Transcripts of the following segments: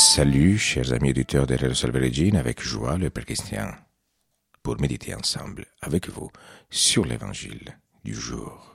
Salut, chers amis auditeurs de Radio Salve Regina, avec joie, le Père Christian, pour méditer ensemble avec vous sur l'Évangile du jour.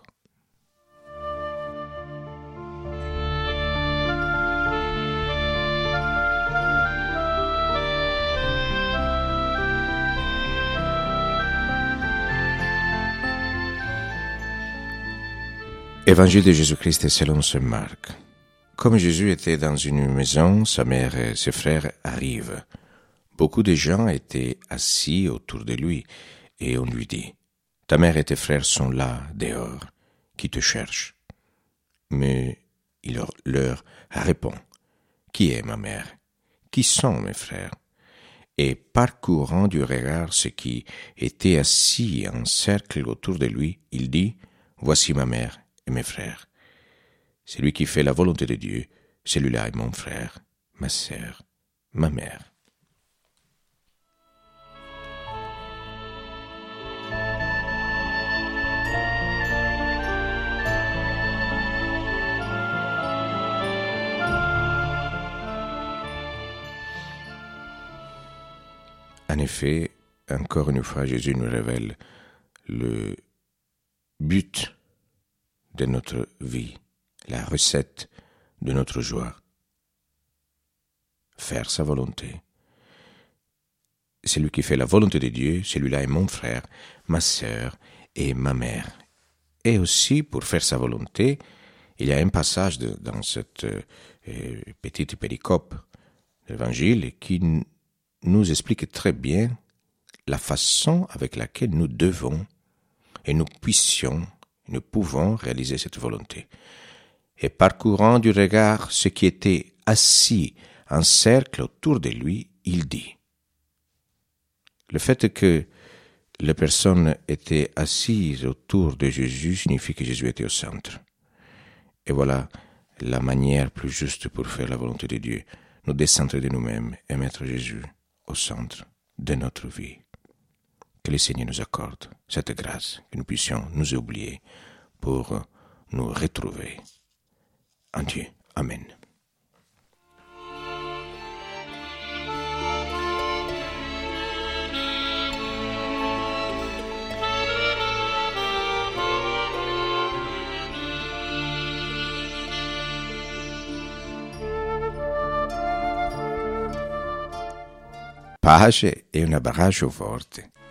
Évangile de Jésus-Christ selon saint Marc. Comme Jésus était dans une maison, sa mère et ses frères arrivent. Beaucoup de gens étaient assis autour de lui, et on lui dit, « Ta mère et tes frères sont là, dehors, qui te cherchent. » Mais il leur répond, « Qui est ma mère? Qui sont mes frères ?» Et parcourant du regard ceux qui étaient assis en cercle autour de lui, il dit, « Voici ma mère et mes frères. Celui qui fait la volonté de Dieu, celui-là est mon frère, ma sœur, ma mère. » En effet, encore une fois, Jésus nous révèle le but de notre vie, la recette de notre joie. Faire sa volonté. Celui qui fait la volonté de Dieu, celui-là est mon frère, ma sœur et ma mère. Et aussi, pour faire sa volonté, il y a un passage dans cette petite péricope de l'Évangile qui nous explique très bien la façon avec laquelle nous devons et nous pouvons réaliser cette volonté. Et parcourant du regard ceux qui étaient assis en cercle autour de lui, il dit. Le fait que les personnes étaient assises autour de Jésus signifie que Jésus était au centre. Et voilà la manière plus juste pour faire la volonté de Dieu, nous décentrer de nous-mêmes et mettre Jésus au centre de notre vie. Que le Seigneur nous accorde cette grâce, que nous puissions nous oublier pour nous retrouver en Dieu. Amen. Pace e un abbraccio forte.